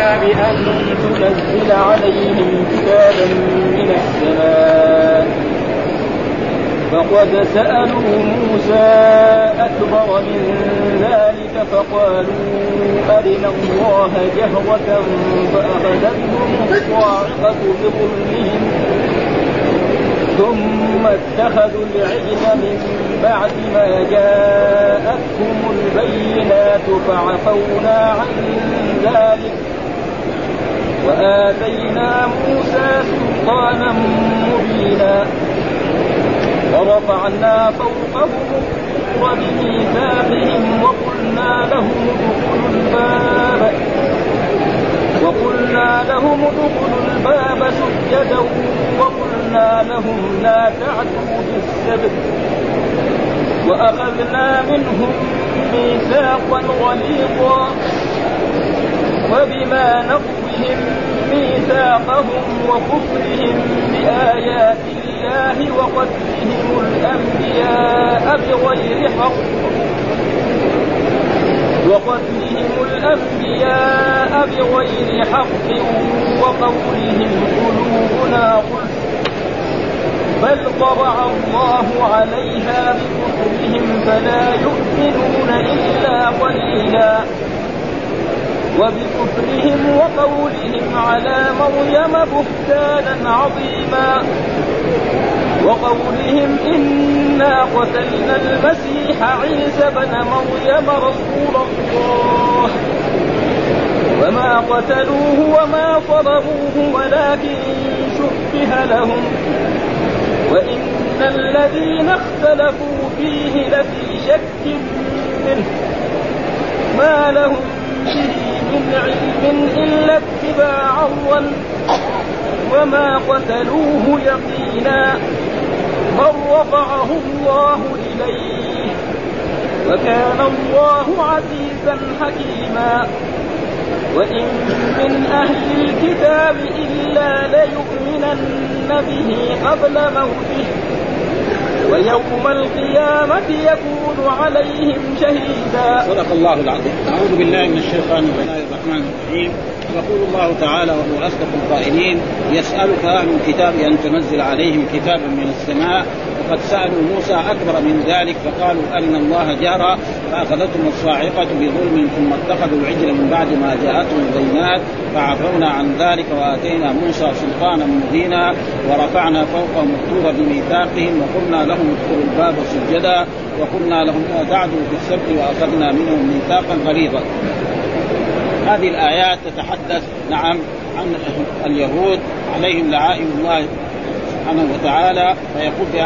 بأن تنزل عليهم كتابا من السماء فقد سألوا موسى أكبر من ذلك فقالوا أرنا الله جهرة فأخذتهم الصاعقة بظلمهم ثم اتخذوا العجل من بعد ما جاءتهم البينات فعفونا عن ذلك وآتينا موسى سلطانا مبينا ورفعنا فوقهم الطور بميثاقهم وقلنا لهم ادخلوا الباب سجدا وقلنا لهم لا تعدوا بالسبت وأخذنا منهم ميثاقا غليظا وبما نقضهم ميثاقهم وكفرهم بآيات الله وقتلهم الأنبياء بغير حق وقولهم قلوبنا غلف بل طبع الله عليها بكفرهم فلا يؤمنون إلا قليلا وبكفرهم وقولهم على مريم بهتانا عظيما وقولهم إنا قتلنا المسيح عيسى بن مريم رسول الله وما قتلوه وما صلبوه ولكن شبه لهم وإن الذين اختلفوا فيه لفي شك منه ما لهم به من علم إلا اتباع الظن وما قتلوه يقينا بل رفعه الله إليه وكان الله عزيزا حكيما وإن من أهل الكتاب إلا ليؤمنن به قبل موته ويوم القيامة يكون عليهم شهيدا. صدق الله العظيم. أعوذ بالله من الشيطان الرجيم. الرحيم. يقول الله تعالى وهو أصدق القائلين يسألك أهل الكتاب أن تنزل عليهم كتابا من السماء وقد سألوا موسى أكبر من ذلك فقالوا أرنا الله جهرا فأخذتهم الصاعقة بظلم ثم اتخذوا العجل من بعد ما جاءتهم البينات فعفونا عن ذلك وآتينا موسى سلطانا مبينا ورفعنا فوقهم الطور بميثاقهم وقلنا لهم ادخلوا الباب سجدا وقلنا لهم لا تعدوا في السبت وأخذنا منهم ميثاقا غليظا. هذه الآيات تتحدث عن اليهود عليهم لعائن الله سبحانه وتعالى فيقول بها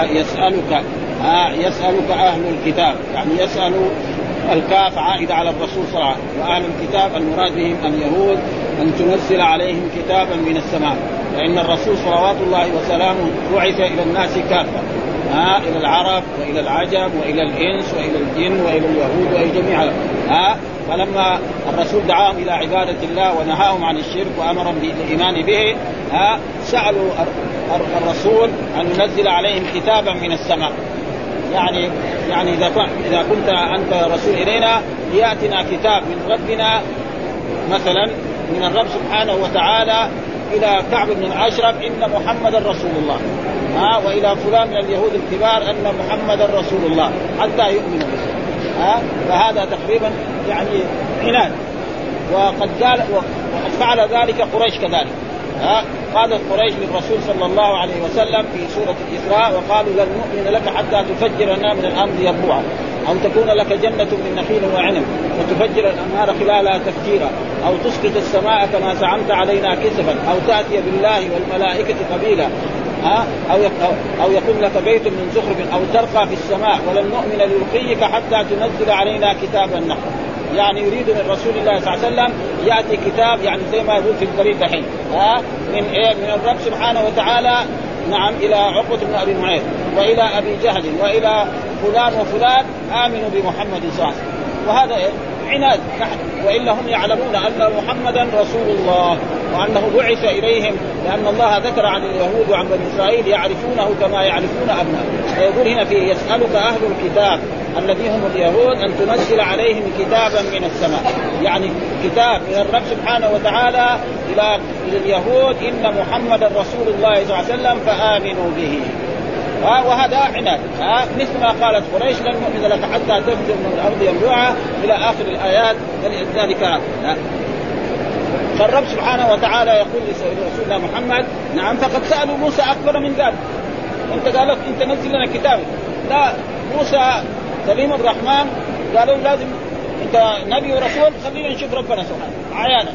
يسألك أهل الكتاب يعني يسألوا الكاف عائد على الرسول صلى الله عليه وسلم وأهل الكتاب المراد بهم اليهود أن تنزل عليهم كتابا من السماء فإن الرسول صلوات الله وسلامه بعث إلى الناس كافة إلى العرب وإلى العجم وإلى الإنس وإلى الجن وإلى اليهود وإلى جميع فلما الرسول دعاهم إلى عبادة الله ونهاهم عن الشرك وأمرهم بالإيمان به سألوا الرسول أن ينزل عليهم كتابا من السماء يعني إذا كنت أنت رسول إلينا يأتنا كتاب من ربنا مثلا من الرب سبحانه وتعالى إلى كعب بن الأشرف إن محمد رسول الله وإلى فلان من اليهود الكبار أن محمد رسول الله حتى يؤمنوا به فهذا تقريبا يعني عناد وقد فعل ذلك قريش كذلك قالت قريش للرسول صلى الله عليه وسلم في سورة الإسراء وقالوا لن نؤمن لك حتى تفجر لنا من الأرض ينبوعا أو تكون لك جنة من نخيل وعنب وتفجر الأنهار خلالها تفجيرا أو تسقط السماء كما زعمت علينا كسفا أو تأتي بالله والملائكة قبيلا أو يكون لك بيت من زخرف أو ترقى في السماء ولن نؤمن لرقيك حتى تنزل علينا كتابا نقرأ. يعني يريد من رسول الله صلى الله عليه وسلم يأتي كتاب يعني زي ما يقول في البريد دحين من الرب سبحانه وتعالى نعم إلى عقبة بن أبي معيط وإلى أبي جهل وإلى فلان وفلان آمنوا بمحمد صلى الله عليه وسلم وهذا عناد نحن وإلا هم يعلمون أن محمدا رسول الله وأنه بعث إليهم، لأن الله ذكر عن اليهود وعن بني إسرائيل يعرفونه كما يعرفون أبنائهم. ويقول هنا في يسألك أهل الكتاب الذين هم اليهود أن تنزل عليهم كتابا من السماء، يعني كتاب من الرب سبحانه وتعالى إلى اليهود إن محمدا رسول الله صلى الله عليه وسلم فآمنوا به. وهذا عناد مثل ما قالت قريش لن نؤمن لك حتى تفجر من الأرض ينبوعا إلى آخر الآيات. ذلك فالرب سبحانه وتعالى يقول لرسولنا محمد نعم فقد سألوا موسى أكبر من ذلك، أنت قالت أنت نزل لنا كتاب، لا موسى كريم الرحمن قالوا لازم أنت نبي ورسول خلينا نشوف ربنا سبحانه عيانا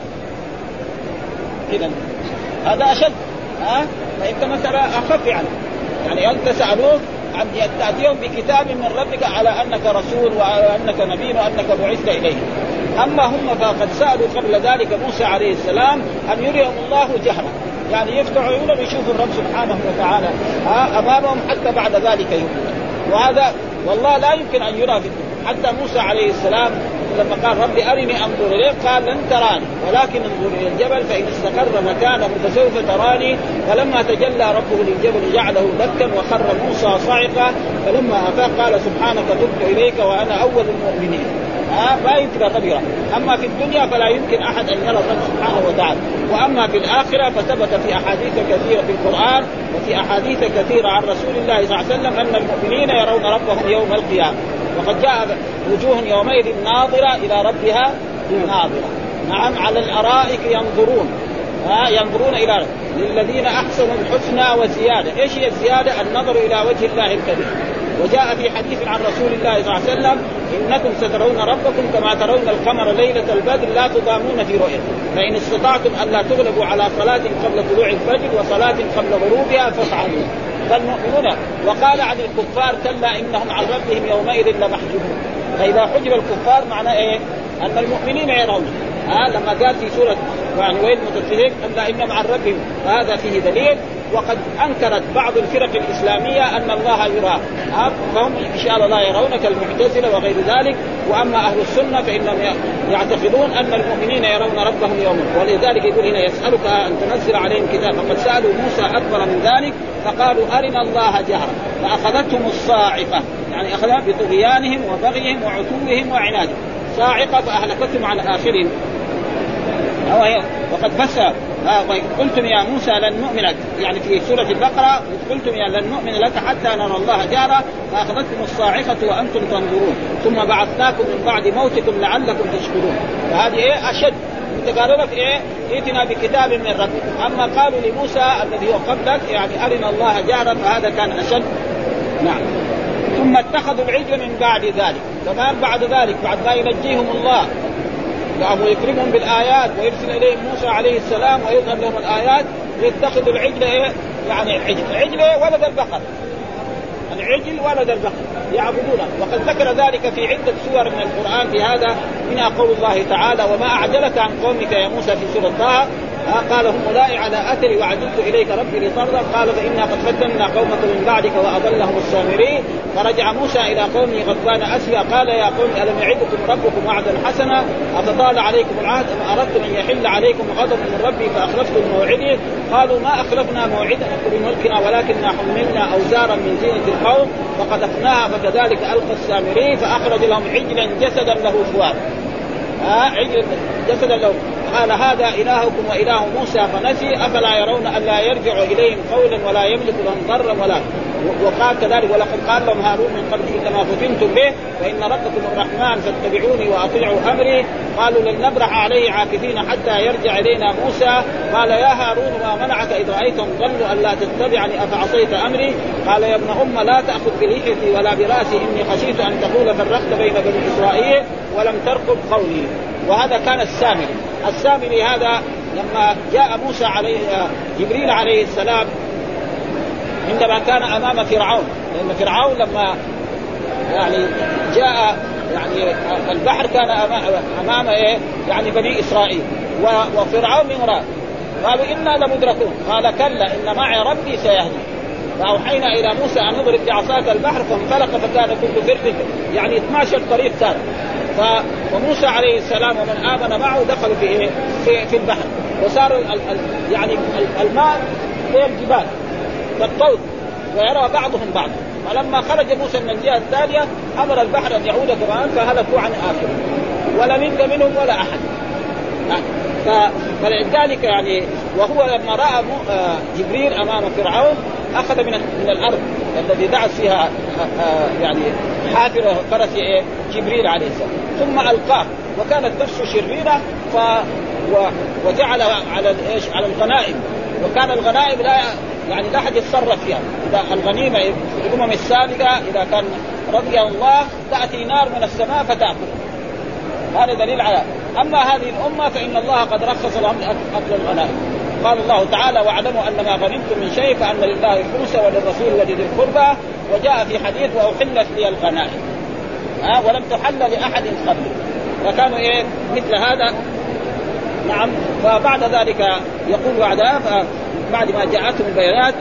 إذا هذا أشد. فأنت مثلا أخف يعني أنت سألوك عن تأتيهم بكتاب من ربك على أنك رسول وأنك نبي وأنك بعثت إليه. أما هم فقد سألوا قبل ذلك موسى عليه السلام أن يريهم الله جهرا، يعني يفتح عيونهم يشوفوا الرب سبحانه وتعالى أمامهم حتى بعد ذلك يوم. وهذا والله لا يمكن أن يرى في الدنيا. حتى موسى عليه السلام لما قال ربي أرني أنظر إليك قال لن تراني ولكن انظر إلى الجبل فإن استقر مكانه فسوف تراني. فلما تجلى ربه للجبل جعله دكا وخر موسى صاعقا فلما أفاق قال سبحانك تبت إليك وأنا أول المؤمنين. ما يمكن الرب يرى. أما في الدنيا فلا يمكن أحد أن يرى الرب سبحانه وتعالى. وأما في الآخرة فثبت في أحاديث كثيرة في القرآن وفي أحاديث كثيرة عن رسول الله صلى الله عليه وسلم أن المؤمنين يرون ربهم يوم القيامة. وقد جاء وجوه يومئذ ناظرة إلى ربها ناظرة. نعم على الأرائك ينظرون ينظرون إلى للذين أحسنوا الحسنى وزيادة. إيش هي الزيادة؟ النظر إلى وجه الله الكريم. وجاء في حديث عن رسول الله صلى الله عليه وسلم إنكم سترون ربكم كما ترون القمر ليلة البدر لا تضامون في رؤيته فإن استطعتم ألا تغلبوا على صلاة قبل طلوع الفجر وصلاة قبل غروبها فافعلوا. فالمؤمنون وقال عن الكفار كلا إنهم عن ربهم يومئذ لمحجوبون. فإذا حجب الكفار معناه إيه؟ أن المؤمنين يرون. لما قال في سورة يعني ويل المطففين كلا إنهم عن ربهم فهذا فيه دليل. وقد أنكرت بعض الفرق الإسلامية أن الله يرى فهم إن شاء الله لا يرون كالمعتزلة وغير ذلك. وأما أهل السنة فإنهم يعتقدون أن المؤمنين يرون ربهم يوما. ولذلك يقول هنا يسألك أن تنزل عليهم كتاب فقد سألوا موسى أكبر من ذلك فقالوا أرنا الله جهرا فأخذتهم الصاعقة يعني أخذها بطغيانهم وبغيهم وعتوهم وعنادهم صاعقة فأهلكتهم على آخرهم. وقد فسر قلتم يا موسى لن نؤمن لك يعني في سورة البقرة قلتم يا لن نؤمن لك حتى نرى الله جهرا فأخذتكم الصاعقة وأنتم تنظرون ثم بعثناكم من بعد موتكم لعلكم تشكرون. فهذه إيه أشد. قالوا لك إيه ائتنا بكتاب من ربك. أما قالوا لموسى الذي هو قبلك يعني أرنا الله جهرا فهذا كان أشد. نعم. ثم اتخذوا العجل من بعد ذلك كمان بعد ذلك بعد ما ينجيهم الله ويكرمهم بالآيات ويرسل إليهم موسى عليه السلام ويظهر لهم الآيات يتخذوا العجل إيه يعني العجل ولد البقر العجل ولد البقر يعبدونه. وقد ذكر ذلك في عدة سور من القرآن في هذا منها قول الله تعالى وما أعجلك عن قومك يا موسى في سورة طه قال هم أولئك على أثري وعجلت إليك ربي لترضى قال فإنا قد فتنا قومك من بعدك وأضلهم السامرين. فرجع موسى إلى قومه غضبان أسفا قال يا قوم ألم يعدكم ربكم وعدا حسنا أفطال عليكم العهد أم أردتم أن يحل عليكم غضب من ربي فأخلفتم موعدي قالوا ما أخلفنا موعدنا بملكنا ولكننا حملنا أوزارا من زينة القوم فقذفناها فكذلك ألقى السامري فأخرج لهم عجلا جسدا له خوار عجل جسدا له قال هذا إلهكم وإله موسى فنسي أفلا يرون ألا يرجع إليهم قولا ولا يملك لهم ضرا ولا. وقال كذلك ولقد قال لهم هارون من قبل إنما فتنتم به فإن ربكم الرحمن فاتبعوني وأطيعوا أمري قالوا لن نبرح عليه عاكفين حتى يرجع إلينا موسى قال يا هارون ما منعك إذ رأيتهم ضلوا ألا تتبعني أفعصيت أمري قال يا ابن أم لا تأخذ بلحيتي ولا برأسي إني خشيت أن تقول فرقت بين بني إسرائيل ولم ترقب قولي. وهذا كان السامري هذا لما جاء موسى عليه جبريل عليه السلام عندما كان أمام فرعون لأن فرعون لما يعني جاء يعني البحر كان أمام إيه يعني بني إسرائيل وفرعون من وراء قالوا إنا لمدركون قال كلا إن معي ربي سيهدي فأوحينا إلى موسى أن نضرب بعصاك البحر فانفلق فكان كل فرق يعني 12 طريق كان وموسى عليه السلام ومن آمن معه دخلوا في البحر وصار يعني الماء زي الجبال كالطود ويرى بعضهم بعضا. فلما خرج موسى من الجهة الثانية أمر البحر أن يعود كمان فهلكوا عن آخره ولا نجا منهم ولا أحد. فلذلك يعني وهو لما رأى جبريل أمام فرعون أخذ من الأرض الذي دعس فيها يعني حافر فرس جبريل عليه السلام ثم ألقاه وكانت نفسه شريرة وجعل على الغنائم. وكان الغنائم لا أحد يتصرف فيها. إذا الغنيمة في الأمم السابقة إذا كان رضي الله تأتي نار من السماء فتأكل. هذا دليل على. أما هذه الأمة فإن الله قد رخص لهم أكل الغنائم. قال الله تعالى واعلموا أن ما غنمتم من شيء فأن لله خمسه وللرسول ولذي القربى وجاء في حديث وأحلت لي الغنائم ولم تحل لأحد قبل. وكانوا مثل هذا. نعم. فبعد ذلك يقول بعد ما جاءتهم البيانات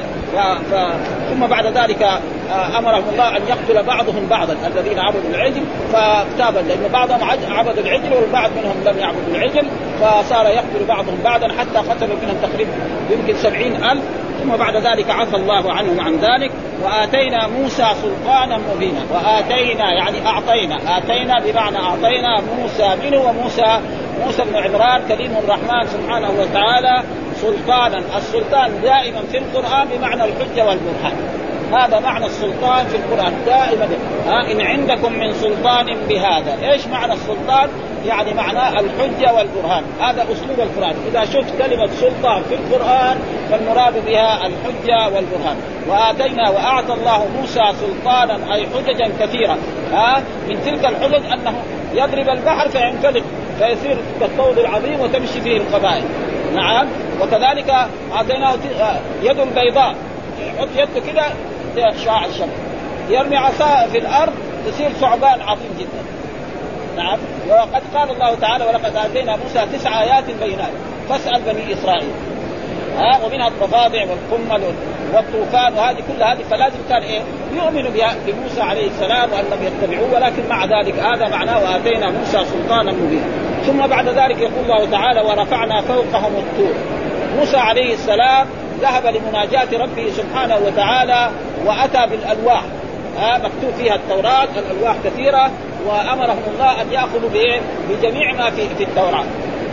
ثم بعد ذلك أمرهم الله أن يقتل بعضهم بعضا الذين عبدوا العجل فاغتابا لأن بعضهم عبدوا العجل والبعض منهم لم يعبدوا العجل فصار يقتل بعضهم بعضا حتى قتلوا منهم تقريبا يمكن 70,000. ثم بعد ذلك عفى الله عنهم عن ذلك وآتينا موسى سلطانا مبينا. وآتينا يعني أعطينا. آتينا بمعنى أعطينا موسى منه موسى بن عمران كريم الرحمن سبحانه وتعالى سلطانا. السلطان دائما في القرآن بمعنى الحجة والبرهان. هذا معنى السلطان في القرآن دائما. إن عندكم من سلطان بهذا. إيش معنى السلطان؟ يعني معناه الحجة والبرهان. هذا أسلوب القرآن. إذا شفت كلمة سلطان في القرآن فالمراد بها الحجة والبرهان. وآتينا وأعطى الله موسى سلطانا أي حججا كثيرة. من تلك الحجج أنه يضرب البحر فينفلق فيصير كالطود العظيم وتمشي فيه القبائل. نعم. وكذلك أعطيناه يد البيضاء يحط يده كده شعاع الشمس يرمي عصا في الأرض تصير ثعبان عظيم جدا. نعم. وقد قال الله تعالى ولقد آتينا موسى 9 آيات بينات فاسأل بني إسرائيل. ومنها الضفادع والقمل والطوفان وهذه كل هذه فلازم كان يؤمنوا بموسى عليه السلام وأن لم يتبعوه. ولكن مع ذلك هذا معناه وآتينا موسى سلطانا مبينا. ثم بعد ذلك يقول الله تعالى ورفعنا فوقهم الطور. موسى عليه السلام ذهب لمناجاة ربه سبحانه وتعالى وأتى بالألواح مكتوب فيها التوراة الألواح كثيرة وأمرهم الله أن يأخذوا بجميع ما في التوراة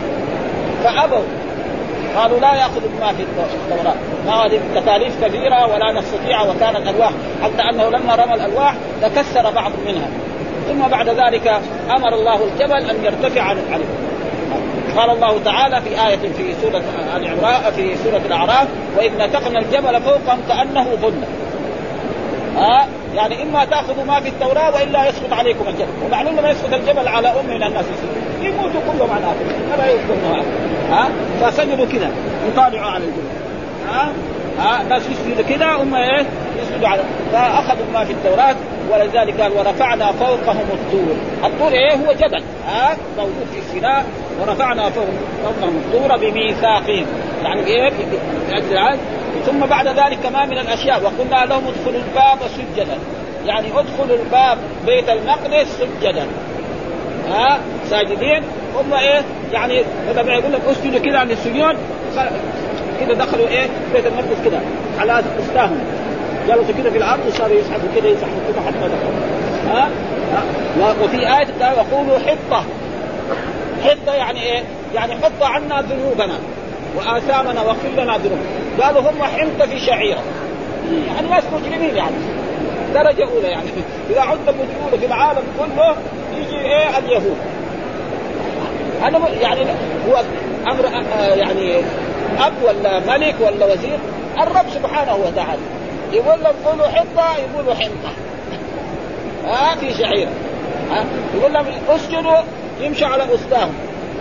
فأبوا قالوا لا يأخذوا بما في التوراة. هذه تكاليف كبيرة ولا نستطيع. وكانت ألواح حتى أنه لما رمى الألواح تكسر بعض منها. ثم بعد ذلك أمر الله الجبل أن يرتفع عنه. قال الله تعالى في آية في سورة في سورة الأعراف وإذ نتقنا الجبل فوقهم كأنه ظلة. يعني إما تأخذوا ما في التوراة وإلا يسقط عليكم الجبل. ومعلوم ما يسقط الجبل على من الناس يموتوا كلهم عن آخر ولا يسقطون. فسجدوا كذا يطالعوا على الجبل. ناس يسجدوا كذا هم يسجدوا على فأخذوا ما في التوراة. ولذلك قال ورفعنا فوقهم الطور. الطور هو جبل موجود في سيناء. ورفعنا فوقهم الطور بميثاقهم يعني ثم بعد ذلك كمان من الأشياء وقلنا لهم ادخلوا الباب سجدا يعني ادخلوا الباب بيت المقدس سجدا ساجدين. هم يعني لما يقول لك اسجدوا كذا عن السجود كذا دخلوا بيت المقدس كذا على استاهم جلسوا كذا في الارض وصاروا يسحبوا كذا حتى دخلوا. وفي آية وقولوا حطة يعني يعني حط عنا ذنوبنا وآثامنا واغفر لنا ذنوبنا. قالوا هم حنطة في شعيرة يعني ناس مجرمين يعني درجة أولى. يعني إذا عدنا مجرمون في العالم كله يجي اليهود. أنا يعني هو أمر يعني أب ولا ملك ولا وزير الرب سبحانه وتعالى يقول لهم قولوا حنطة يقولوا حنطة في شعيرة. يقول لهم اسجدوا يمشي على أستاهم.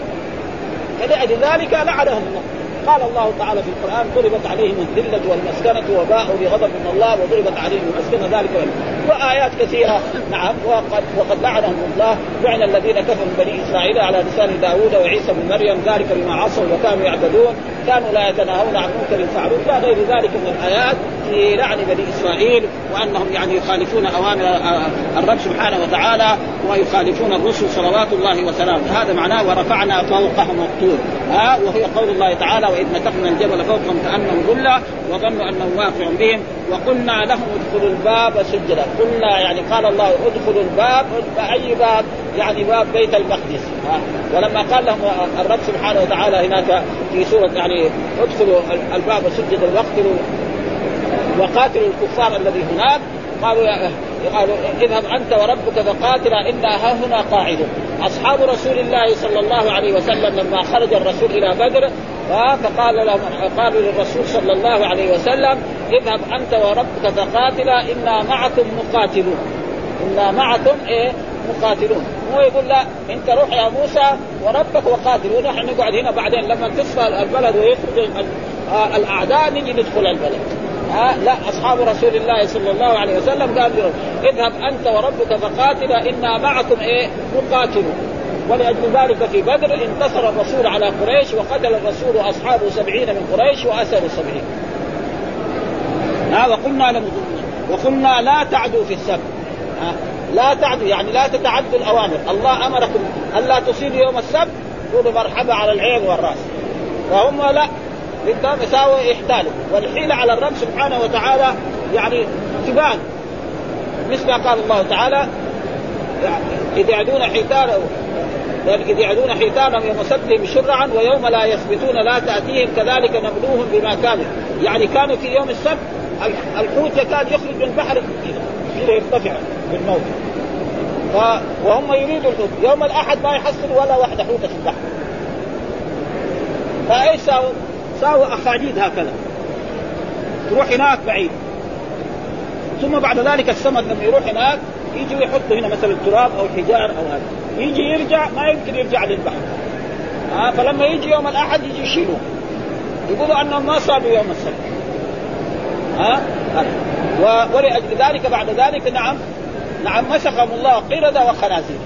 فلذلك لعنهم الله. قال الله تعالى في القرآن ضربت عليهم الذلة والمسكنة وباءوا بغضب من الله وضربت عليهم المسكنة ذلك وآيات كثيرة. نعم. وقد لعنهم الله لعن الذين كفروا من بني إسرائيل على لسان داود وعيسى بن مريم ذلك بما عصوا وكانوا يعتدون كانوا لا يتناهون عن منكر فعلوه لا غير ذلك من الآيات في لعن بني إسرائيل وأنهم يعني يخالفون أوامر الرب سبحانه وتعالى ويخالفون الرسل صلوات الله وسلامه. هذا معناه ورفعنا فوقهم الطور، وهي قول الله تعالى وإذ نتقنا الجبل فوقهم كأنه ظلة وظنوا أنه واقع بهم وقلنا لهم ادخلوا الباب سجدا. قلنا يعني قال الله ادخلوا الباب، أي باب؟ يعني باب بيت المقدس. ولما قال لهم الرب سبحانه وتعالى هناك في سورة يعني ادخلوا الباب سجدا وقاتلوا الكفار الذي هناك، قالوا اذهب أنت وربك فقاتلا إنا هاهنا قاعدون. أصحاب رسول الله صلى الله عليه وسلم لما خرج الرسول إلى بدر قالوا للرسول صلى الله عليه وسلم اذهب أنت وربك فقاتلا إنا معكم مقاتلون. إنا معكم مقاتلون. هو يقول لا انت روح يا موسى وربك وقاتل ونحن نقعد هنا بعدين لما تصفى البلد ويخرج الاعداء نجي ندخل البلد. لا، اصحاب رسول الله صلى الله عليه وسلم قال له اذهب انت وربك فقاتلا انا معكم مقاتلون. ولأجل ذلك في بدر انتصر الرسول على قريش وقتل الرسول واصحابه 70 من قريش واسروا 70. وقلنا لا تعدوا في السبت. لا تعدوا يعني لا تتعدوا الأوامر. الله أمركم ألا تصيدوا يوم السبت، قولوا مرحبا على العين والرأس. فهم لا، بدهم يساووا إحتالوا والحيلة على الرب سبحانه وتعالى يعني تبان، مثل قال الله تعالى إذ يعدون حيتانهم يوم سبتهم شرعا ويوم لا يثبتون لا تأتيهم كذلك نبلوهم بما كانوا. يعني كانوا في يوم السبت الحوت يكاد يخرج من البحر كده يرتفع بالموت، وهم يريدوا الحوت. يوم الأحد ما يحصل ولا واحدة حوتة في البحر. فإيش ساووا أخاديد هكذا تروح هناك بعيد، ثم بعد ذلك السمك لما يروح هناك يجي يحطوا هنا مثلا التراب أو الحجار أو هذا، يجي يرجع ما يمكن يرجع للبحر. فلما يجي يوم الأحد يجي يشيلوه، يقولوا أنهم ما صادوا يوم السبت. ولأجل ذلك بعد ذلك نعم مسخهم الله قردة وخنازير.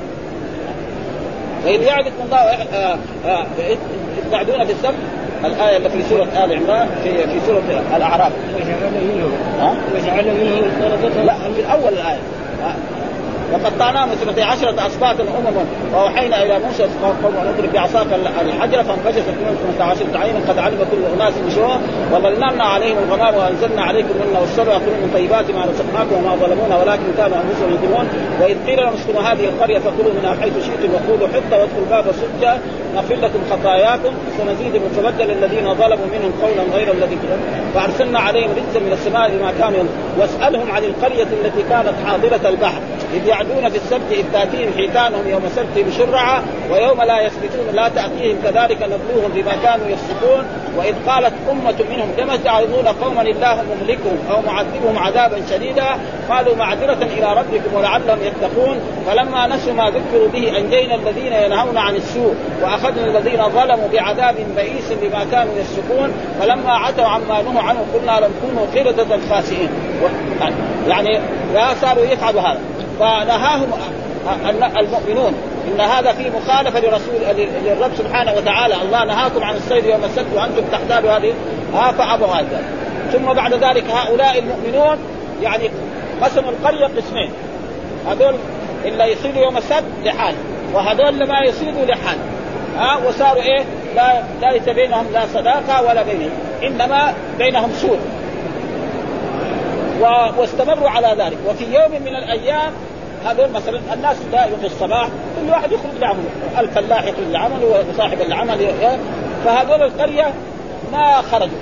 وإذ يعدكم الله تعدون في السبت، الآية اللي في سورة آل عمران في سورة الأعراف. وجعل منهم لا في الأول الآية وقطعناهم 12 أسباطا أمما وأوحينا إلى موسى قوم أن اضرب بعصاك الحجر فانفجرت منه 12 عينا قد علم كل أناس مشربهم وظللنا عليهم الغمام وأنزلنا عليكم منا والسلوى كلوا من طيبات ما رزقناكم وما ظلمونا ولكن كانوا أنفسهم يظلمون. وإذ قيل لهم اسكنوا هذه القرية فكلوا منها حيث شئتم وقولوا حطة وادخلوا الباب سجدا نغفر لكم خطاياكم سنزيد من فبدل الذين ظلموا منهم قولا غير الذي فأرسلنا عليهم رجزا من السماء بما كانوا. واسألهم عن القرية التي كانت حاضرة البحر إذ يعدون في السبت إذ تأتيهم حيتانهم يوم سبتهم شرعا ويوم لا يسبتون لا تأتيهم كذلك نبلوهم بما كانوا يفسقون. وإذ قالت أمة منهم لم تعظون قوما الله مهلكهم أو معذبهم عذابا شديدا قالوا معذرة إلى ربكم ولعلهم يتقون. فلما نسوا ما ذكروا به أنجينا الذين ينهون عن السوء وأخذنا الذين ظلموا بعذاب بئيس بما كانوا يفسقون. فلما عتوا عما نهوا عنه قلنا لم كونوا قردة خاسئين. يعني لا صاروا يفعلوا هذا. فنهاهم المؤمنون إن هذا في مخالفة للرب سبحانه وتعالى. الله نهاكم عن الصيد يوم السبت وأنتم تحتالوا هذه فأبوا هذا. ثم بعد ذلك هؤلاء المؤمنون يعني قسموا القرية قسمين، هذول اللي يصيدوا يوم السبت لحال وهذول اللي ما يصيدوا لحال. وصاروا لا بينهم لا صداقة ولا بينهم إنما بينهم سوء. واستمروا على ذلك. وفي يوم من الأيام هذول مثلا الناس دائما في الصباح كل واحد يخرج لعمله، الفلاح يخرج لعمله وصاحب العمل، فهذول القرية ما خرجوا.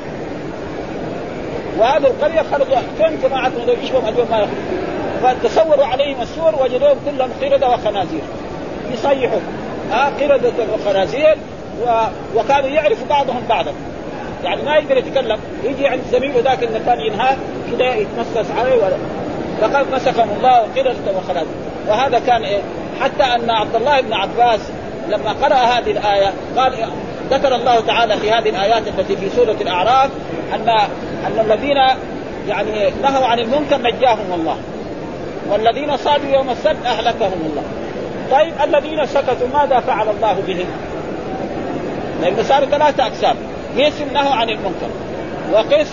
وهذه القرية خرجوا فين جماعة هذول يشبهوا هذول ما يخرجوا. فتصوروا عليهم السور وجدوهم كلهم قردة وخنازير يصيحوا قردة وخنازير. وكانوا يعرفوا بعضهم بعضا، يعني ما يقدر يتكلم، يجي عند زميله ذاك المكان ينهار كده يتمسس عليه فقد مسخهم الله قردة وخنازير. وهذا كان حتى أن عبد الله بن عباس لما قرأ هذه الآية قال ذكر الله تعالى في هذه الآيات التي في سورة الأعراف أن الذين يعني نهوا عن المنكر نجاهم الله والذين صادوا يوم السبت أهلكهم الله. طيب الذين سكتوا ماذا فعل الله بهم؟ لأن صاروا 3 أقسام، قسم نهوا عن المنكر وقسم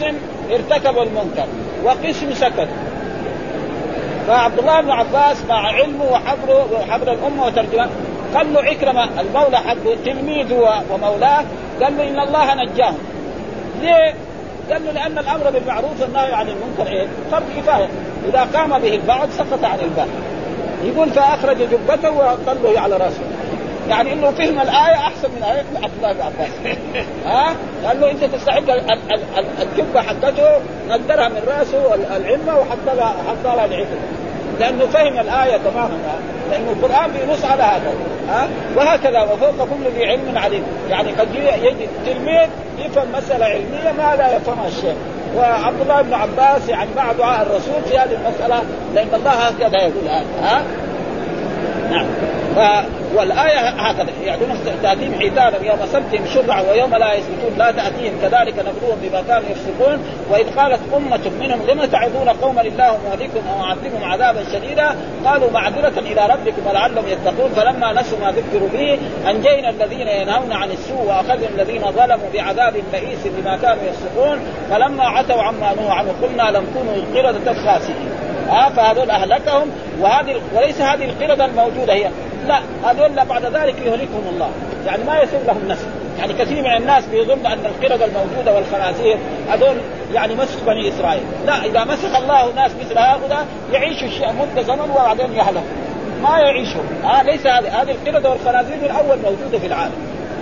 ارتكبوا المنكر وقسم سكت. فعبد الله بن عباس مع علمه وحبر الأمة وترجمه قال له عكرمة المولى حقه تلميذه ومولاه قال له إن الله نجاهم. ليه؟ قال له لأن الأمر بالمعروف والنهي عن المنكر فرض كفاية، إذا قام به البعض سقط عن الباقي. يقول فأخرج جبته وطله على رأسه، يعني إنه فهم الآية أحسن من آية عبد الله بن عباس. قال له أنت تستحق الجبة حقته، نقدرها من رأسه العمة وحطها العكرمة، لأنه فهم الآية تماما، لأنه القرآن بينص على هذا. وهكذا وفوق كل ذي علم عليم، يعني قد يجي تلميذ يفهم مسألة علمية ما لا يفهمها الشيخ. وعبد الله بن عباس يعني مع دعاء الرسول في هذه المسألة، لأن الله هكذا يقول هذا. نعم. والآية هكذا يعني تأتيهم حيتانا يوم سبتهم شرعا ويوم لا يسبتون لا تأتيهم كذلك نبلوهم بما كانوا يفسقون. وإذ قالت أمة منهم لم تعظون قوما الله مهلكهم أو معذبهم عذابا شديدا قالوا معذرة إلى ربكم ولعلهم يتقون فلما نسوا ما ذكروا به أنجينا الذين ينهون عن السوء وأخذنا الذين ظلموا بعذاب بئيس بما كانوا يفسقون فلما عتوا عما نهوا عنه قلنا لم كونوا قردة خاسئين. فهذول أهلكهم. وليس هذه القردة الموجودة هي، لا هذول بعد ذلك يهلكهم الله، يعني ما يصير لهم نسل. يعني كثير من الناس بيظن أن القردة الموجودة والخنازير هذول يعني مسخ بني إسرائيل، لا، إذا مسخ الله ناس مثل هؤلاء يعيشوا مدة زمن وبعدين يهلكوا ما يعيشوا. ليس هذه القردة والخنازير من أول موجودة في العالم.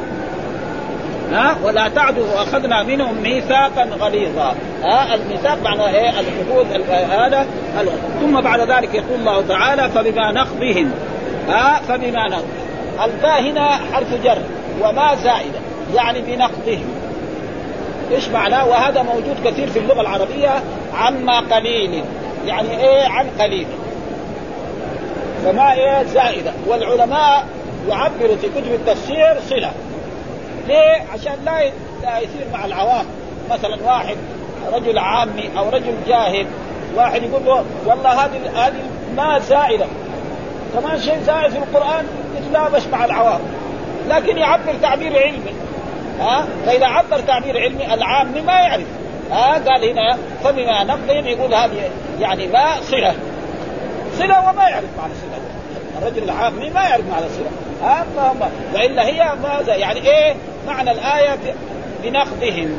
ولا تعدوا وأخذنا منهم ميثاقا غليظا. الميثاق معنى ايه؟ العهود هذا. ثم بعد ذلك يقول الله تعالى فبما نقضهم فبما نقض. الفاء هنا حرف جر وما زائدة يعني بنقضهم. ايش معناه؟ وهذا موجود كثير في اللغة العربية عما قليل، يعني ايه عن قليل، فما ايه زائدة. والعلماء يعبروا في كتب التفسير صلة. ليه؟ عشان لا يصير مع العوام. مثلا واحد رجل عامي أو رجل جاهل، واحد يقول له والله هذه ما زائدة، كمان شيء زائد في القرآن يتلابش مع العوام، لكن يعبر تعبير علمي. فإذا عبر تعبير علمي العامي ما يعرف. قال هنا فبما نقضهم يقول هذه يعني ما صلة وما يعرف معنى صلة. الرجل العامي ما يعرف معنى صلة. وإلا هي ماذا يعني ايه معنى الآية بنقضهم.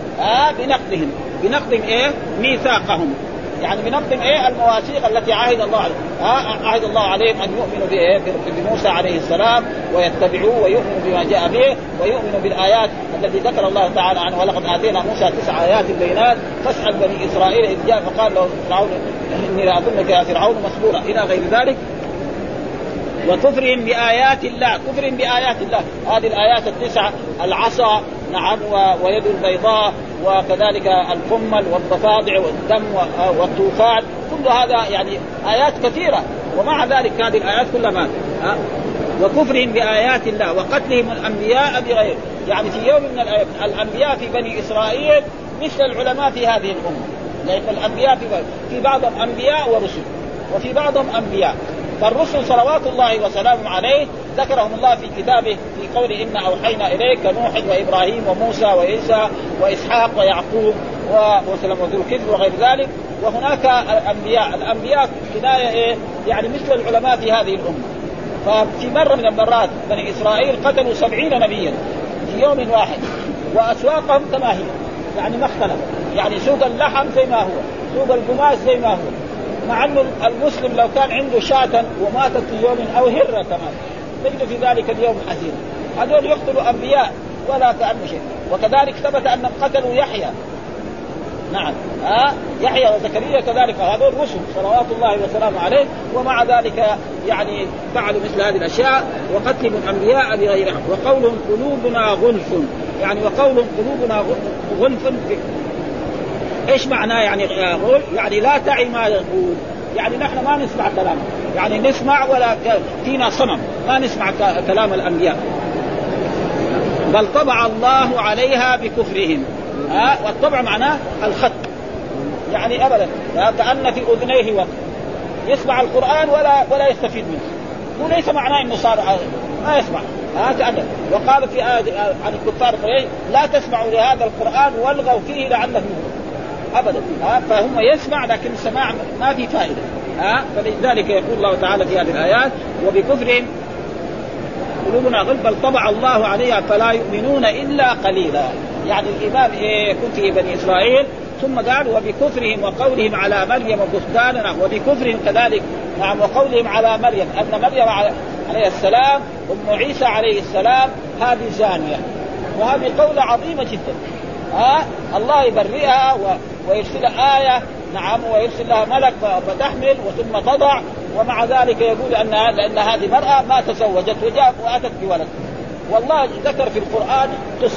بنقضهم ايه ميثاقهم، يعني بنقضهم ايه المواثيق التي عهد الله عليهم. عهد الله عليهم ان يؤمنوا بموسى عليه السلام ويتبعوه ويؤمنوا بما جاء به ويؤمنوا بالآيات التي ذكر الله تعالى عنه ولقد آتينا موسى 9 آيات بينات فاسأل بني إسرائيل إذ جاء فقال له فرعون إني لأظنك يا فرعون مسبورا إلى غير ذلك. وكفرهم بآيات الله. كفرهم بآيات الله هذه الآيات 9 العصا نعم ويد البيضاء وكذلك القمل والضفادع والدم والطوفان، كل هذا يعني آيات كثيرة. ومع ذلك هذه الآيات كلها ما وكفرهم بآيات الله وقتلهم الأنبياء بغير، يعني في يوم من الأيام الأنبياء في بني إسرائيل مثل العلماء في هذه الأمة، لأن الأنبياء في بعضهم أنبياء ورسل وفي بعضهم أنبياء. فالرسل صلوات الله وسلامه عليه ذكرهم الله في كتابه في قوله إنا أوحينا إليك نوح وإبراهيم وموسى وعيسى وإسحاق ويعقوب وسلم وذو الكفل وغير ذلك. وهناك الأنبياء كناية إيه؟ يعني مثل العلماء في هذه الأمة. ففي مرة من المرات بني إسرائيل قتلوا 70 نبيا في يوم واحد، وأسواقهم كما هي يعني ما اختلف، يعني سوق اللحم زي ما هو، سوق القماش زي ما هو، مع أن المسلم لو كان عنده شاة وماتت في يوم أو هرة كمان تجد في ذلك اليوم حزين. هذول يقتلوا أنبياء ولا كأنه شيء. وكذلك ثبت أنهم قتلوا يحيى، نعم يحيى وزكريا كذلك، هذول رسل صلوات الله وسلامه عليه، ومع ذلك يعني فعلوا مثل هذه الأشياء وقتلوا الأنبياء بغير حق. وقولهم قلوبنا غلف، يعني وقولهم قلوبنا غلف ايش معناه؟ يعني لا تعي ما يقول، يعني نحن ما نسمع كلامه، يعني نسمع ولا فينا صمم ما نسمع كلام الأنبياء. بل طبع الله عليها بكفرهم. والطبع معناه الخط، يعني أبدا كأن في أذنيه وقت يسمع القرآن ولا يستفيد منه، وليس معناه إنه صار ما يسمع كأنه. وقال في آية عن الكفار لا تسمعوا لهذا القرآن والغوا فيه لعلكم أبدا. فهم يسمع لكن السماع ما في فائدة. فلذلك يقول الله تعالى في هذه الآيات وبكفرهم قلوبنا غلف بل طبع الله عليها فلا يؤمنون إلا قليلا. يعني الإيمان كنت في بني إسرائيل. ثم قال وبكفرهم وقولهم على مريم بهتانا وبكفرهم كذلك نعم وقولهم على مريم أن مريم عليه السلام أم عيسى عليه السلام هذه زانية وهذه قولة عظيمة جدا. الله يبرئها ويرسل آية نعم ويرسل لها ملك فتحمل وثم تضع ومع ذلك يقول أن هذه مرأة ما تزوجت وأتت بولد. والله ذكر في القرآن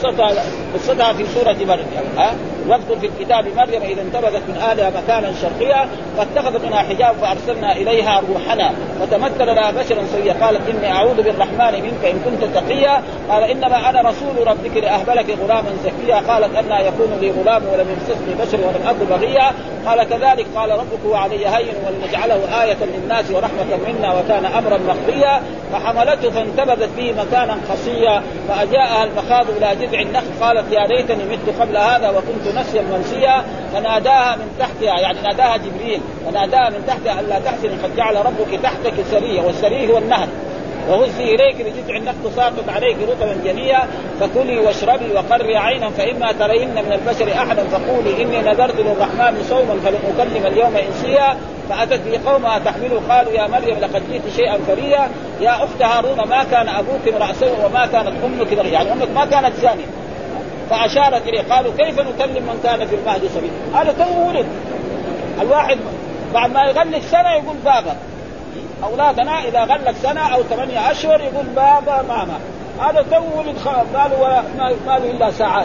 قصتها في سورة مريم. واذكر في الكتاب مريم إذا انتبذت من أهلها مكانا شرقيا فاتخذت منها حجاب فأرسلنا إليها روحنا فتمثل لها بشرا سويا قالت إني أعوذ بالرحمن منك إن كنت تقيا قال إنما أنا رسول ربك لأهب لك غلاما زكيا قالت أنى يكون لي غلام ولم يمسسني بشر ولم أكن بغيا قال كذلك قال ربك وعلي هين ولنجعله آية للناس ورحمة منا وكان أمرا مقضيا فحملته فانتبذت به مكانا قصيا فأجاءها المخاض إلى جذع النخل قالت يا ليتني مت قبل هذا وكنت نسيا منسيا فناداها من تحتها يعني ناداها جبريل فناداها من تحتها ألا تحزني قد جعل ربك تحتك سريا والسري هو النهر وهزي إليك بجذع النخل ساقط عليك رطبا جنيا فكلي واشربي وقري عينا فإما ترين من البشر أحدا فقولي إني نذرت للرحمن صوما فلن أكلم اليوم إنسيا فأتت به قومها تحمله قالوا يا مريم لقد جئت شيئا فريا يا أخت هارون ما كان أبوك امرأ سوء وما كانت أمك بغيا يعني أمك ما كانت زانية فأشارت إليه قالوا كيف نكلم من كان في المهد صبيا هذا تو ولد الواحد بعد ما يغلق سنة يقول بابا أولادنا إذا غلق سنة أو 8 أشهر يقول بابا ماما هذا تو ولد قالوا ما له إلا ساعات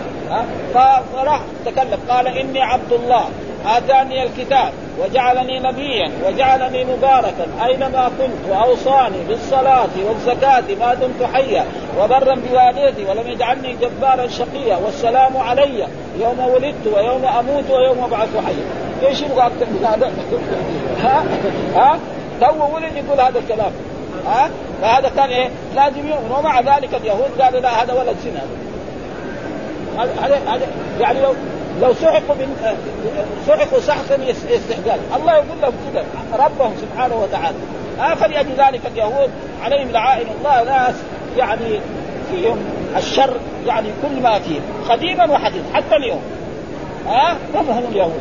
فراح تكلم قال إني عبد الله آتاني الكتاب وجعلني نبيا وجعلني مباركا أينما كنت وأوصاني بالصلاة والزكاة ما دمت حيا وبرا بوالدتي ولم يجعلني جبارا شقيا والسلام علي يوم ولدت ويوم أموت ويوم أبعث حيا. إيش يبغى أكثر من هذا؟ تو ولد يقول هذا الكلام. فهذا كان إيه لازم يؤمن. ومع ذلك اليهود قالوا لا هذا ولد زنا. هذا يعني لو سحقوا سحقا استحقاق الله يقول لهم كذا ربهم سبحانه وتعالى. فلأجل ذلك اليهود عليهم لعائن الله ناس يعني فيهم الشر يعني كل ما فيه قديما وحديثا حتى اليوم. هم اليهود.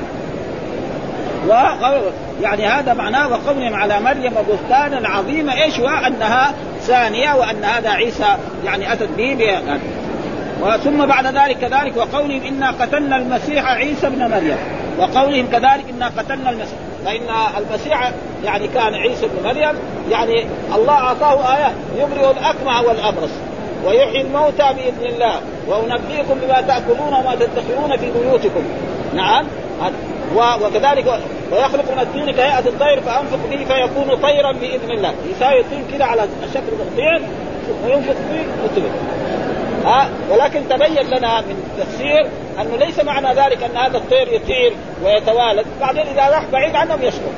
يعني هذا معناه وقولهم على مريم بهتانا عظيما ايش وانها زانيه وان هذا عيسى يعني اتت به ثم بعد ذلك كذلك وقولهم إنا قتلنا المسيح عيسى ابن مريم وقولهم كذلك إنا قتلنا المسيح فإن المسيح يعني كان عيسى ابن مريم يعني الله أعطاه آيات يبرئ الأكمه والأبرص ويحيي الموتى بإذن الله وأنبئكم بما تأكلون وما تدخرون في بيوتكم. نعم وكذلك ويخلق من الطين كهيئة الطير فأنفق به فيكون طيرا بإذن الله يساوي الطين كده على شكل الطير وينفق به وتبقى. ولكن تبين لنا من تفسير أنه ليس معنى ذلك أن هذا الطير يطير ويتوالد بعدين إذا راح بعيد عنهم يسقط.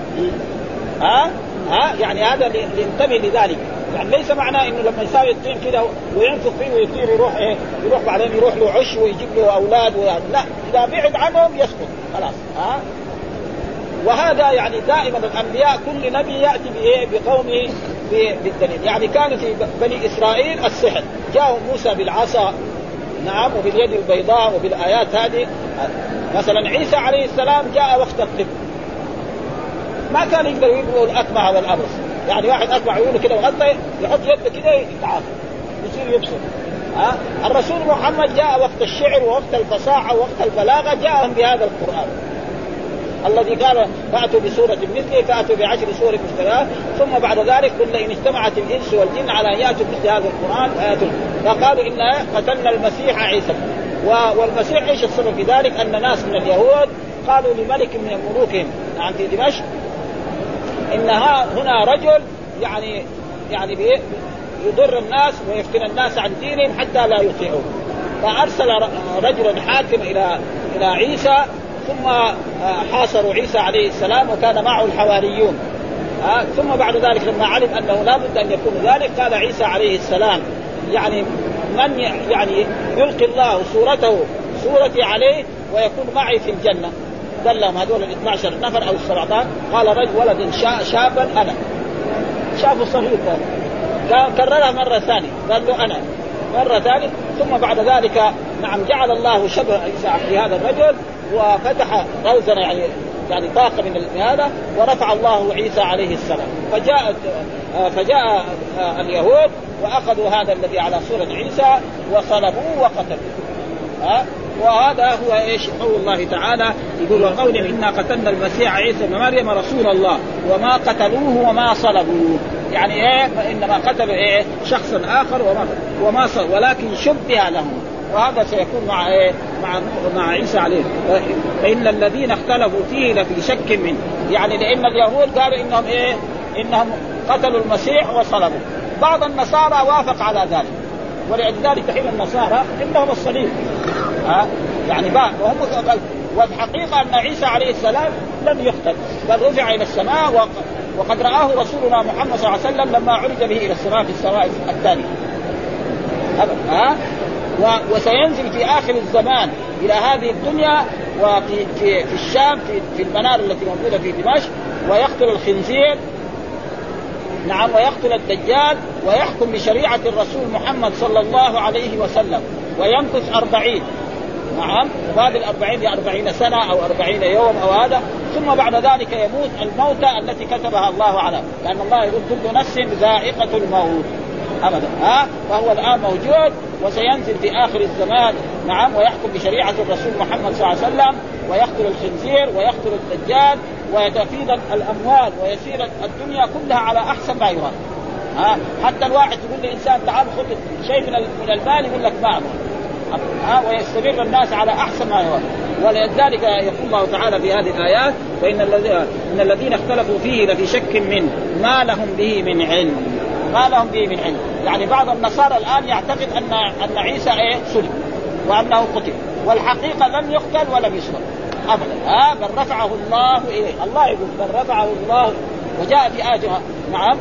يعني هذا لينتبه لذلك يعني ليس معنى إنه لما يساوي الطين كده وينفخ فيه ويطير يروح بعدين يروح له عش ويجيب له أولاد لا إذا بعد عنهم يسقط خلاص. وهذا يعني دائما الأنبياء كل نبي يأتي بقومه بالدليل. يعني كان في بني إسرائيل السحر جاء موسى بالعصا نعم وباليد البيضاء وبالآيات هذه. مثلا عيسى عليه السلام جاء وقت الطب ما كان يقدر يبقوا الأكمه والأبرص يعني واحد أكمه عيونه كده وغطى يحط يده كده يتعافى يصير يبصر. الرسول محمد جاء وقت الشعر ووقت الفصاحة ووقت البلاغة جاءهم بهذا القرآن الذي قال فأتوا بسورة مثله فأتوا بعشر سور مثلها ثم بعد ذلك قل إن اجتمعت الإنس والجن على أن يأتوا مثل هذا القرآن فقالوا إنا قتلنا المسيح عيسى. والمسيح إيش السبب في ذلك؟ أن ناس من اليهود قالوا لملك من ملوكهم عن في دمشق إن هنا رجل يعني يضر الناس ويفتن الناس عن دينهم حتى لا يطيعوه. فأرسل رجلا حاكم إلى عيسى ثم حاصروا عيسى عليه السلام وكان معه الحواريون. ثم بعد ذلك لما علم أنه لا بد أن يكون ذلك قال عيسى عليه السلام يعني من يعني يلقي الله صورتي عليه ويكون معي في الجنة قال لهم هذول 12 نفر أو 17 قال رجل ولد شابا أنا شافوا صغير قال كررها مرة ثانية قال له أنا مرة ثانية ثم بعد ذلك نعم جعل الله شبه عيسى في هذا الرجل وفتح روزا يعني طاقة من هذا ورفع الله عيسى عليه السلام. فجاء اليهود وأخذوا هذا الذي على صورة عيسى وصلبوه وقتلوه. وهذا هو ايش قول الله تعالى يقول وقولهم إنا قتلنا المسيح عيسى ابن مريم رسول الله وما قتلوه وما صلبوه يعني ايه فإنما قتلوا ايه شخصا آخر وما صلبوه ولكن شبه لهم. وهذا سيكون مع ايه مع عيسى عليه. فإن الذين اختلفوا فيه لفي شك منه يعني لأن اليهود قالوا إنهم قتلوا المسيح وصلبوه. بعض النصارى وافق على ذلك ولذلك حين النصارى عندهم الصليب يعني وهم والحقيقة أن عيسى عليه السلام لم يقتل بل رفع إلى السماء وقد رآه رسولنا محمد صلى الله عليه وسلم لما عرج به إلى السماء في السماء الثانية وسينزل في آخر الزمان إلى هذه الدنيا وفي الشام في المنار التي موجودة في دمشق ويقتل الخنزير نعم ويقتل الدجال ويحكم بشريعة الرسول محمد صلى الله عليه وسلم ويمكث 40 نعم بعد 40 سنة أو 40 يوم أو هذا ثم بعد ذلك يموت الموتى التي كتبها الله عليه لأن الله يقول كل نفس ذائقة الموت أبدا فهو الآن موجود وسينزل في آخر الزمان نعم ويحكم بشريعة الرسول محمد صلى الله عليه وسلم ويقتل الخنزير ويقتل الدجال ويتفيض الأموال ويسير الدنيا كلها على أحسن ما يراد. حتى الواحد يقول لإنسان تعال خذ شيء من المال يقول لك ما ويستمر الناس على أحسن ما يراد. ولذلك يقول الله تعالى في هذه الآيات فإن الذين اختلفوا فيه لفي شك منه ما لهم به من علم يعني بعض النصارى الآن يعتقد أن عيسى صلب وأنه قتل والحقيقة لم يقتل ولم يصلب أبدا بل رفعه الله إليه. الله يقول بل رفعه الله وجاء في آية نعم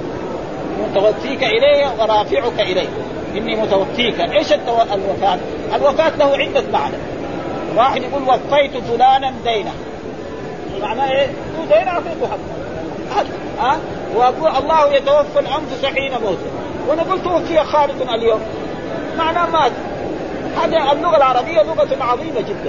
متوفيك إليه ورافعك إليه إني متوفيك. إيش الوفاة له عدة معنى. واحد يقول وفيت فلانا دينه معناه إيه دين أعطيته حقه وأقول الله يتوفى الأنفس حين موته ونقول توفي خالد اليوم معناه مات. هذه اللغة العربية لغة عظيمة جدا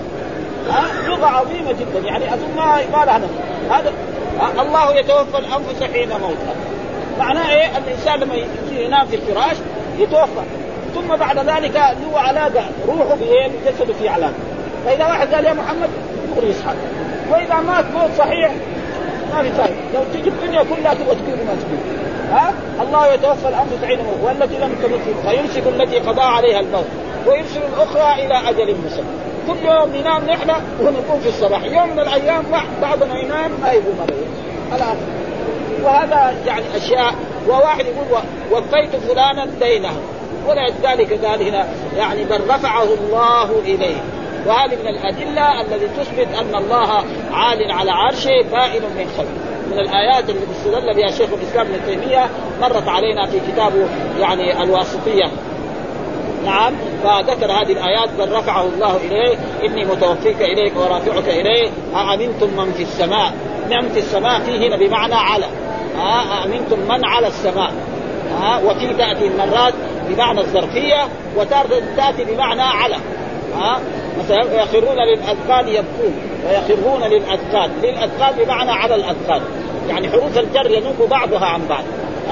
لغة عظيمة جدا يعني أظن ما لها هذا الله يتوفى الأنفس حين موتها معناه إيه الإنسان لما ينام في الفراش يتوفى ثم بعد ذلك له علاقة روحه بجسده في علاقة. فإذا واحد قال يا محمد يقول يصحى وإذا مات موت صحيح ما في فايدة لو تجي الدنيا كلها تبغى تكون مسكين الله يتوفى الأنفس حين موت والتي لم تمت فيمسك التي قضى عليها الموت ويرسل الأخرى إلى أجل مسمى. كل يوم ننام نحن ونقوم في الصباح يوم من الأيام بعضنا ينام ما يقوم الآن. وهذا يعني أشياء. وواحد يقول وفيت فلانا دينه ولذلك قال هنا يعني بل رفعه الله إليه. وهذه من الأدلة التي تثبت أن الله عال على عرشه بائن من خلقه. من الآيات التي استدل بها شيخ الإسلام ابن تيمية مرت علينا في كتابه يعني الواسطية نعم فذكر هذه الآيات بل رفعه الله إليه إني متوفيك إليك ورافعك إليه أأمنتم من في السماء. من في السماء فيه هنا بمعنى على أأمنتم من على السماء وفي تأتي مرات بمعنى الظرفية وتأتي بمعنى على مثلا ويخرون للأذقان يبكون ويخرون للأذقان بمعنى على الأذقان يعني حروف الجر ينوب بعضها عن بعض.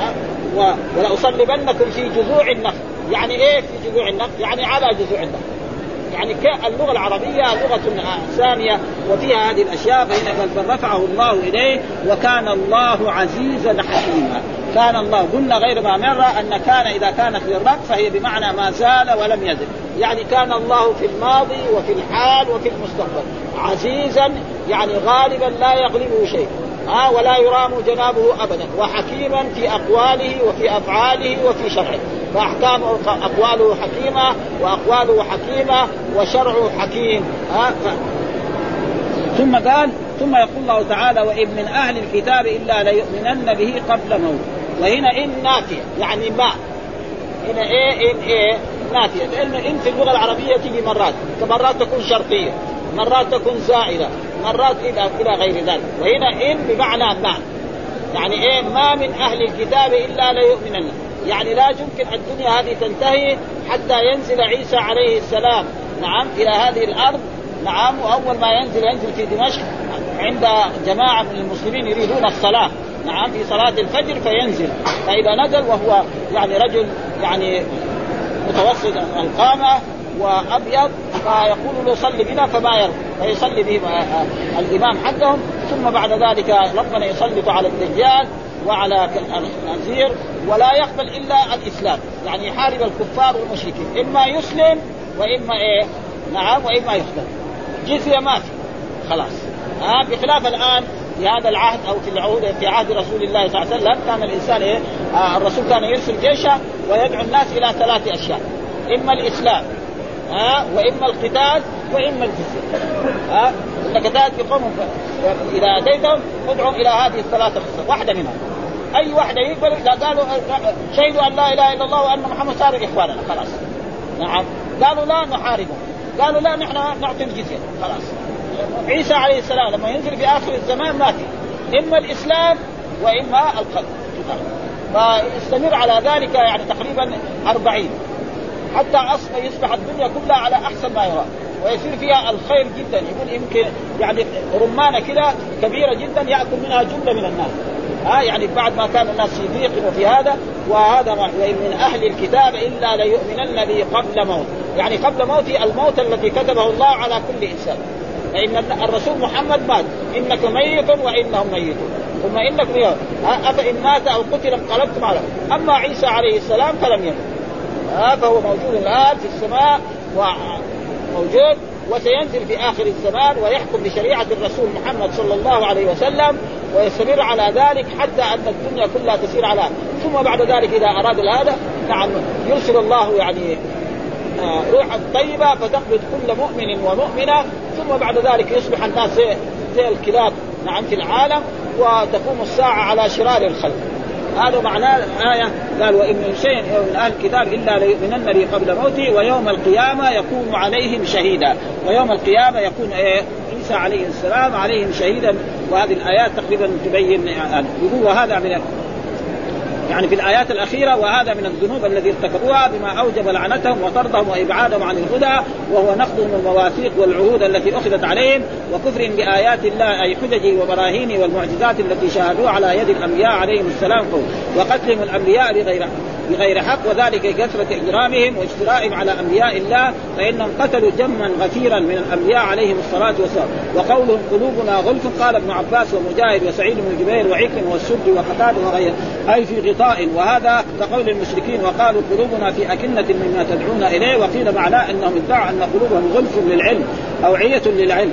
ولأصلبنكم في جذوع النخل يعني ايه في جذوع النخل يعني على جذوع النخل يعني اللغة العربية لغة ثانية وفيها هذه الأشياء. فإن بل رفعه الله إليه وكان الله عزيزا حكيما. كان الله قلنا غير ما مرة أن كان إذا كانت للرفع فهي بمعنى ما زال ولم يزل يعني كان الله في الماضي وفي الحال وفي المستقبل عزيزا يعني غالبا لا يغلبه شيء ولا يرام جنابه أبدا وحكيما في أقواله وفي أفعاله وفي شرعه فأحكام أقواله حكيمة وأقواله حكيمة وشرعه حكيم. ثم قال ثم يقول الله تعالى وإن من أهل الكتاب إلا ليؤمنن به قبل موت. وهنا إن نافية يعني ما هنا إيه نافية لأن إن في اللغة العربية تيجي مرات تكون شرطية مرات تكون زائدة مرات إلى غير ذلك. وهنا إن بمعنى ما، يعني إيه ما من أهل الكتاب إلا ليؤمنن، يعني لا يمكن الدنيا هذه تنتهي حتى ينزل عيسى عليه السلام نعم إلى هذه الأرض نعم. وأول ما ينزل في دمشق عند جماعة من المسلمين يريدون الصلاة نعم في صلاة الفجر فينزل، فإذا نزل وهو يعني رجل يعني متوسط القامة وأبيض فيقول له صلي بنا فما يرضى فيصلي بهم الإمام حقهم. ثم بعد ذلك ربنا يسلط على الدجال وعلى الخنازير ولا يقبل إلا الإسلام، يعني يحارب الكفار والمشركين، إما يسلم وإما إيه نعم وإما يقتل، جزية ما في خلاص. بخلاف الآن في هذا العهد أو في العهود في عهد رسول الله صلى الله عليه وسلم كان الإنسان إيه الرسول كان يرسل جيشه ويدعو الناس إلى 3 أشياء، إما الإسلام وإما القتال وإما الجزية. إنك تأتي قوم إذا أتيتهم ادعوا إلى هذه ال3 واحدة منها، أي واحدة يقبل إذا قالوا شهدوا أن لا إله إلا الله وأن محمد صار إخواننا خلاص نعم. قالوا لا نحاربهم، قالوا لا نحن نعطي الجزية خلاص. عيسى عليه السلام لما ينزل في آخر الزمان ما في إما الإسلام وإما القتل، فيستمر على ذلك يعني تقريبا 40 حتى أصلا يصبح الدنيا كلها على أحسن ما يرى ويصير فيها الخير جدا. يقول يمكن يعني رمانة كده كبيرة جدا يأكل منها جملة من الناس يعني بعد ما كان الناس في ضيق وفي هذا وهذا وإن من أهل الكتاب إلا ليؤمنن به قبل موت، يعني قبل موته الموت الذي كتبه الله على كل إنسان. فإن الرسول محمد مات إنك ميت وإنهم ميتون ثم إنك أفإن مات أو قتل انقلبتم على. أما عيسى عليه السلام فلم يمت فهو موجود الآن في السماء وموجود وسينزل في آخر الزمان ويحكم بشريعة الرسول محمد صلى الله عليه وسلم ويستمر على ذلك حتى أن الدنيا كلها تسير على. ثم بعد ذلك إذا أراد هذا نعم يرسل الله يعني روحا طيبة فتقبض كل مؤمن ومؤمنة، ثم بعد ذلك يصبح الناس زي الكلاب نعم في العالم وتقوم الساعة على شرار الخلق. هذا معناه الآية قال وإن من شيء من أهل الكتاب إلا ليؤمنن به قبل موته ويوم القيامة يكون عليهم شهيدا. ويوم القيامة يكون عيسى عليه السلام عليهم شهيدا. وهذه الآيات تقريبا تبين وهذا من يعني في الآيات الأخيرة وهذا من الذنوب الذي ارتكبوها بما أوجب لعنتهم وطردهم وإبعادهم عن الهدى وهو نقضهم المواثيق والعهود التي أخذت عليهم وكفرهم بآيات الله أي حججه وبراهينه والمعجزات التي شاهدوها على يد الأنبياء عليهم السلام وقتلهم الأنبياء بغير حق وذلك كثرة إجرامهم واجترائهم على أنبياء الله فإنهم قتلوا جما غفيرا من الأنبياء عليهم الصلاة والسلام. وقولهم قلوبنا غلف قال ابن عباس ومجاهد وسعيد بن جبير وعكرمة والسدي وقتادة وغيره أي في غطاء، وهذا كقول المشركين وقالوا قلوبنا في أكنة مما تدعون إليه وقيل معناه أنهم ادعوا أن قلوبهم غلف للعلم أوعية للعلم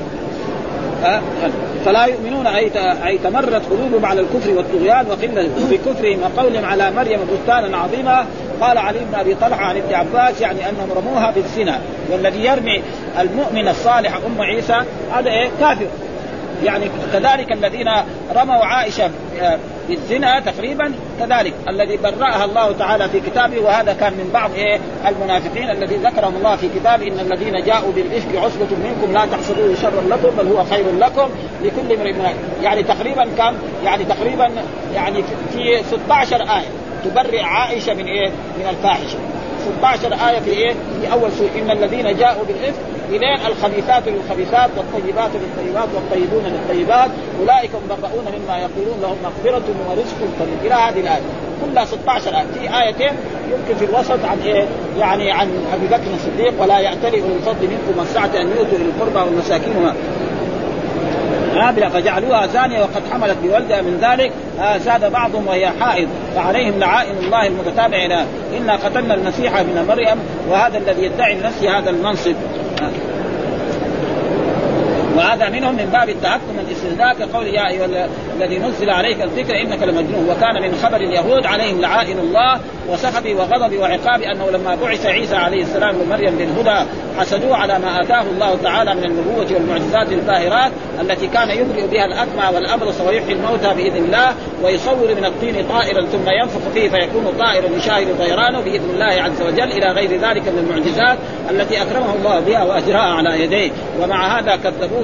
فلا يؤمنون أي تمرد قلوبهم على الكفر والطغيان وقلة في كفرهم وقولهم على مريم بهتانا عظيما. قال علي بن أبي طلحة عن ابن عباس يعني أنهم رموها بالزنا، والذي يرمي المؤمن الصالح أم عيسى هذا كافر. يعني كذلك الذين رموا عائشة بالزنا تقريبا كذلك الذي برأها الله تعالى في كتابه، وهذا كان من بعض المنافقين الذي ذكرهم الله في كتابه إن الذين جاءوا بالإفك عصبة منكم لا تحسبوه شرا لكم بل هو خير لكم لكل امرئ يعني تقريبا كان يعني في 16 آية تبرئ عائشة من من الفاحشة. 16 آية في أول سورة إن الذين جاءوا بالإفك إلين الخبيثات للخبيثات والطيبات للطيبات والطيبون للطيبات أولئك مبرؤون مما يقولون لهم مغفرة ورزق كريم إلى هذه الآية كلها 16 آية. في آيتين يمكن في الوسط عن يعني عن أبي بكر الصديق ولا يأتلي أولي الفضل منكم والسعة أن يؤتوا للقربى والمساكين هابلة فجعلوها زانية وقد حملت بولدها من ذلك زاد بعضهم وهي حائض فعليهم لعائن الله المتتابع إلى إنا قتلنا المسيح ابن مريم وهذا الذي يدعي لنفسه هذا المنصب وهذا منهم من باب التحكم الاستهزاء كقول يا أيها الذي نزل عليك الذكر إنك لمجنون. وكان من خبر اليهود عليهم لعائن الله وسخطه وغضبه وعقابه أنه لما بعث عيسى عليه السلام ومريم بالهدى حسدوه على ما آتاه الله تعالى من النبوة والمعجزات الباهرات التي كان يبرئ بها الأكمى والأبرص ويحيي الموتى بإذن الله ويصور من الطين طائرا ثم ينفخ فيه فيكون طائرا يشاهد طيرانه بإذن الله عز وجل إلى غير ذلك من المعجزات التي أكرمه الله بها وأجراها على يديه. ومع هذا كذبوه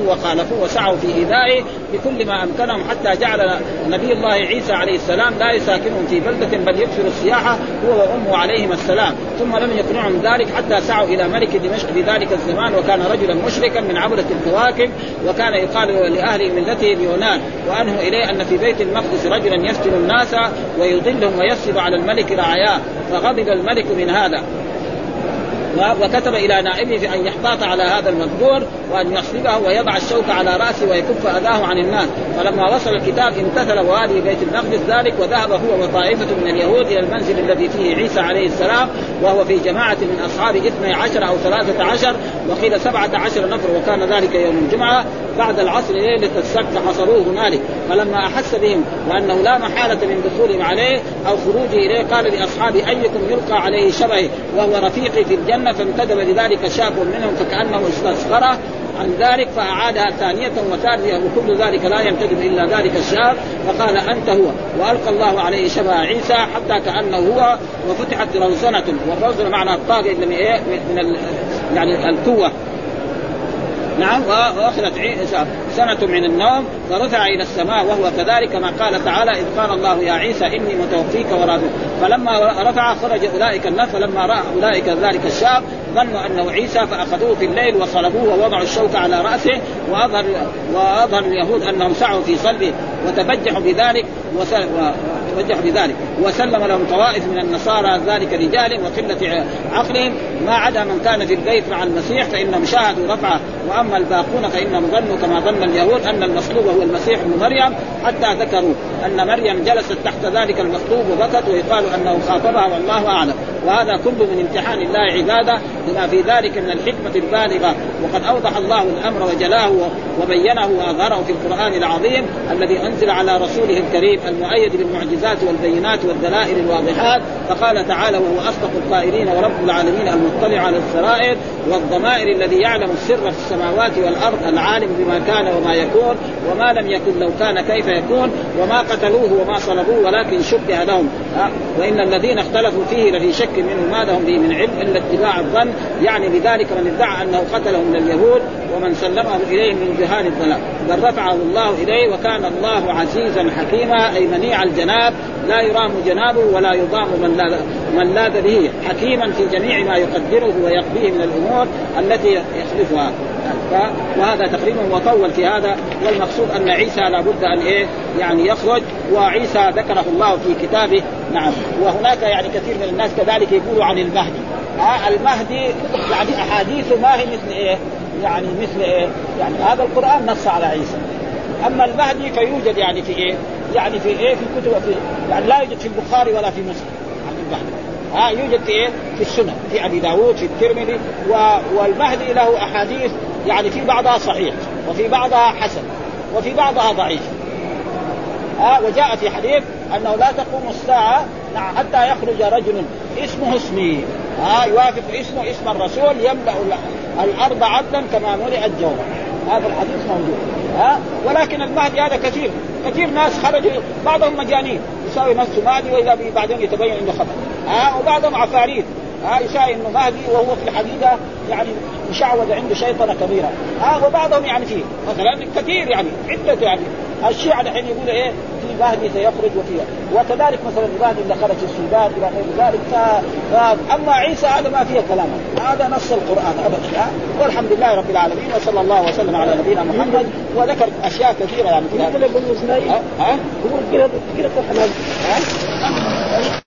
عارضوه وخالفوه وسعوا في إيذائه بكل ما أمكنهم، حتى جعل نبي الله عيسى عليه السلام لا يساكنهم في بلدة بل يكثر السياحة هو وأمه عليهم السلام. ثم لم يقنعهم ذلك حتى سعوا إلى ملك دمشق في ذلك الزمان، وكان رجلا مشركا من عبرة الكواكب، وكان يقال لأهل ملته اليونان، وأنه إليه أن في بيت المقدس رجلا يفتن الناس ويضلهم ويسب على الملك رعاياه، فغضب الملك من هذا وكتب إلى نائبه في أن يحتاط على هذا المذكور وأن يصلبه ويضع الشوك على رأسه ويكف أذاه عن الناس. فلما وصل الكتاب امتثل والي بيت المقدس ذلك، وذهب هو وطائفة من اليهود إلى المنزل الذي فيه عيسى عليه السلام، وهو في جماعة من أصحاب 12 أو 13 وقيل 17 نفر، وكان ذلك يوم الجمعة بعد العصر ليلة السبت، حصروه هنالك. فلما أحس بهم وأنه لا محالة من دخولهم عليه أو خروجه إليه قال لأصحابه أيكم يلقى عليه شبهه وهو رفيقي في الجنة، فانتدب لذلك شاب منهم فكأنه استصغره عن ذلك فأعادها ثانية وثالثة، وكل ذلك لا ينتدب إلا ذلك الشاب، فقال أنت هو، وألقى الله عليه شبه عيسى حتى كأنه هو، وفتحت روزنة، والروزنة معنى الطاقة من يعني القوة. نعم. وأخذت عيسى سنة من النوم فرفع إلى السماء وهو كذلك ما قال تعالى إذ قال الله يا عيسى إني متوفيك ورافعك. فلما رفع خرج أولئك الناس، فلما رأى أولئك ذلك الشاب ظنوا أنه عيسى فأخذوه في الليل وصلبوه ووضعوا الشوك على رأسه، وأظهر اليهود أنهم سعوا في صلبه وتبجحوا بذلك وسلم لهم طوائف من النصارى ذلك رجال وقلة عقلهم ما عدا من كان في البيت مع المسيح فإنهم شاهدوا رفعه، وأما الباقون فإنهم ظنوا كما ظن اليهود أن المصلوب هو المسيح ابن مريم، حتى ذكروا أن مريم جلست تحت ذلك المصلوب وبكت، ويقال أنه خاطبها والله أعلم. وهذا كله من امتحان الله عباده بما في ذلك من الحكمة البالغة، وقد أوضح الله الأمر وجلاه وبينه وأظهره في القرآن العظيم الذي أنزل على رسوله الكريم المؤيد بالمعجزات والبينات والدلائل الواضحات. فقال تعالى وهو أصدق القائلين ورب العالمين المطلع على السرائر والضمائر الذي يعلم السر في السماوات والأرض العالم بما كان وما يكون وما لم يكن لو كان كيف يكون وما قتلوه وما صلبوه ولكن شبه لهم وإن الذين اختلفوا فيه لفي شك منه ما لهم به من علم إلا اتباع الظن، يعني بذلك من ادعى أنه قتله من اليهود ومن سلمه إليه من جهال الضلال، بل رفعه الله إليه وكان الله عزيزا حكيما، أي منيع الجناب لا يرام جنابه ولا يضام من لاذ به، حكيما في جميع ما يقدره ويقضيه من الأمور التي يخلفها. وهذا تقريبا وطول في هذا. والمقصود أن عيسى لابد أن يعني يخرج، وعيسى ذكره الله في كتابه. نعم. وهناك يعني كثير من الناس كذلك يقولوا عن المهدي. المهدي يعني أحاديثه ما هي مثل يعني مثل يعني هذا القرآن نص على عيسى، أما المهدي فيوجد يعني في يعني في كتب يعني لا يوجد في البخاري ولا في مسلم عن المهدي. يوجد في السنة في أبي داود في الترمذي. والمهدي له أحاديث يعني في بعضها صحيح وفي بعضها حسن وفي بعضها ضعيف. وجاء في حديث أنه لا تقوم الساعة حتى يخرج رجل اسمه اسمي يوافق اسمه اسم الرسول يملأ الأرض عدلا كما ملئت جورا. هذا الحديث موجود. ولكن المهدي هذا كثير ناس خرجوا، بعضهم مجانين يساوي نفسه مهدي وإذا بعدين يتبين إنه خطأ، وبعضهم عفاريت يساوي إنه مهدي وهو في الحقيقة يعني مشعوذ عنده شيطنة كبيرة. وبعضهم يعني فيه مثلا كثير يعني عدة يعني الشيعة الحين يقول في مهدي سيخرج وكذلك مثلا المهدي اللي خرج في السودان إلى غير ذلك. أما عيسى هذا ما فيه كلام، هذا نص القرآن أبدا. والحمد لله رب العالمين وصلى الله وسلم على نبينا محمد. وذكر أشياء كثيرة يعني في هذا.